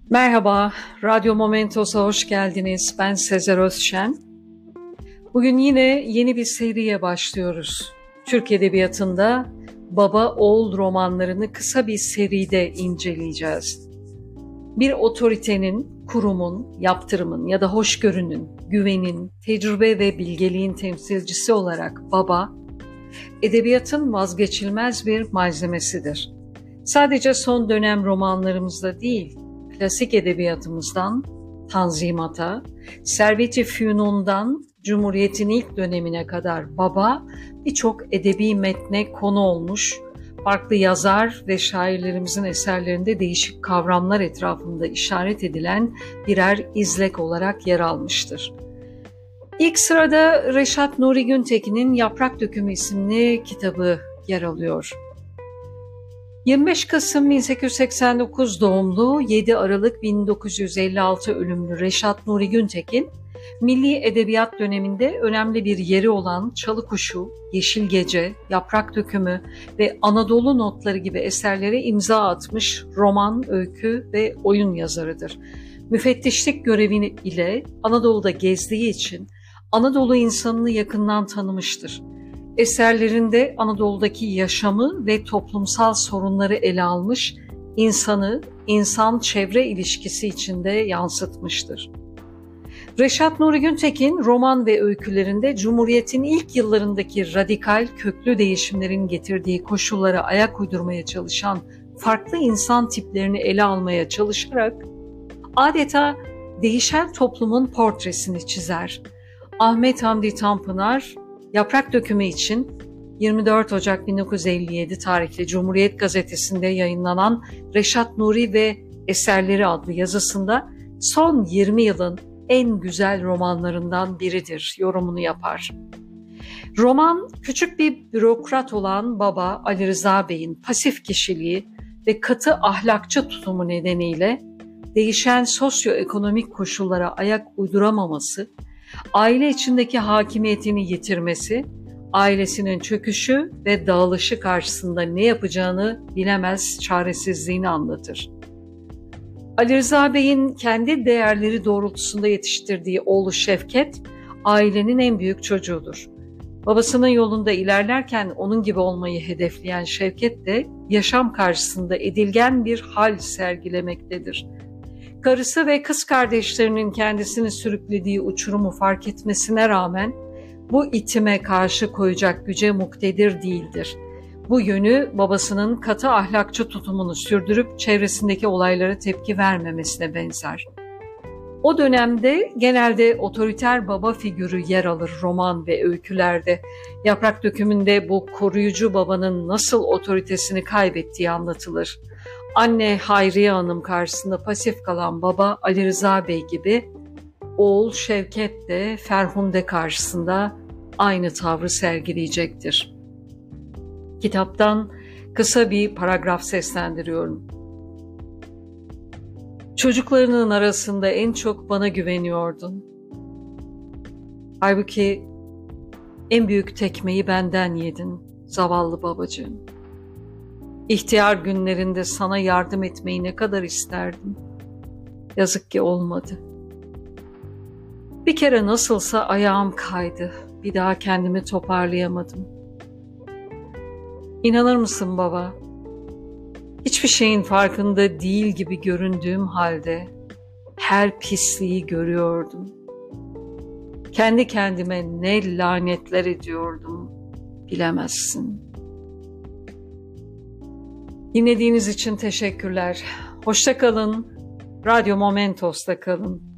Merhaba, Radyo Momentos'a hoş geldiniz. Ben Sezer Özşen. Bugün yine yeni bir seriye başlıyoruz. Türk Edebiyatı'nda baba oğul romanlarını kısa bir seride inceleyeceğiz. Bir otoritenin, kurumun, yaptırımın ya da hoşgörünün, güvenin, tecrübe ve bilgeliğin temsilcisi olarak baba, edebiyatın vazgeçilmez bir malzemesidir. Sadece son dönem romanlarımızda değil, klasik edebiyatımızdan Tanzimat'a, Servet-i Fünun'dan Cumhuriyet'in ilk dönemine kadar baba birçok edebi metne konu olmuş, farklı yazar ve şairlerimizin eserlerinde değişik kavramlar etrafında işaret edilen birer izlek olarak yer almıştır. İlk sırada Reşat Nuri Güntekin'in Yaprak Dökümü isimli kitabı yer alıyor. 25 Kasım 1889 doğumlu, 7 Aralık 1956 ölümlü Reşat Nuri Güntekin, milli edebiyat döneminde önemli bir yeri olan Çalıkuşu, Yeşil Gece, Yaprak Dökümü ve Anadolu Notları gibi eserlere imza atmış roman, öykü ve oyun yazarıdır. Müfettişlik görevi ile Anadolu'da gezdiği için Anadolu insanını yakından tanımıştır. Eserlerinde Anadolu'daki yaşamı ve toplumsal sorunları ele almış, insanı insan-çevre ilişkisi içinde yansıtmıştır. Reşat Nuri Güntekin roman ve öykülerinde Cumhuriyet'in ilk yıllarındaki radikal, köklü değişimlerin getirdiği koşullara ayak uydurmaya çalışan farklı insan tiplerini ele almaya çalışarak adeta değişen toplumun portresini çizer. Ahmet Hamdi Tanpınar, Yaprak Dökümü için 24 Ocak 1957 tarihli Cumhuriyet Gazetesi'nde yayınlanan Reşat Nuri ve Eserleri adlı yazısında son 20 yılın en güzel romanlarından biridir yorumunu yapar. Roman, küçük bir bürokrat olan baba Ali Rıza Bey'in pasif kişiliği ve katı ahlakçı tutumu nedeniyle değişen sosyoekonomik koşullara ayak uyduramaması, aile içindeki hakimiyetini yitirmesi, ailesinin çöküşü ve dağılışı karşısında ne yapacağını bilemez çaresizliğini anlatır. Ali Rıza Bey'in kendi değerleri doğrultusunda yetiştirdiği oğlu Şevket, ailenin en büyük çocuğudur. Babasının yolunda ilerlerken onun gibi olmayı hedefleyen Şevket de yaşam karşısında edilgen bir hal sergilemektedir. Karısı ve kız kardeşlerinin kendisini sürüklediği uçurumu fark etmesine rağmen bu itime karşı koyacak güce muktedir değildir. Bu yönü babasının katı ahlakçı tutumunu sürdürüp çevresindeki olaylara tepki vermemesine benzer. O dönemde genelde otoriter baba figürü yer alır roman ve öykülerde. Yaprak Dökümü'nde bu koruyucu babanın nasıl otoritesini kaybettiği anlatılır. Anne Hayriye Hanım karşısında pasif kalan baba Ali Rıza Bey gibi, oğul Şevket de Ferhunde karşısında aynı tavrı sergileyecektir. Kitaptan kısa bir paragraf seslendiriyorum. Çocuklarının arasında en çok bana güveniyordun. Halbuki en büyük tekmeyi benden yedin, zavallı babacığım. İhtiyar günlerinde sana yardım etmeyi ne kadar isterdim. Yazık ki olmadı. Bir kere nasılsa ayağım kaydı. Bir daha kendimi toparlayamadım. İnanır mısın baba? Hiçbir şeyin farkında değil gibi göründüğüm halde her pisliği görüyordum. Kendi kendime ne lanetler ediyordum bilemezsin. Dinlediğiniz için teşekkürler. Hoşça kalın. Radyo Momentos'ta kalın.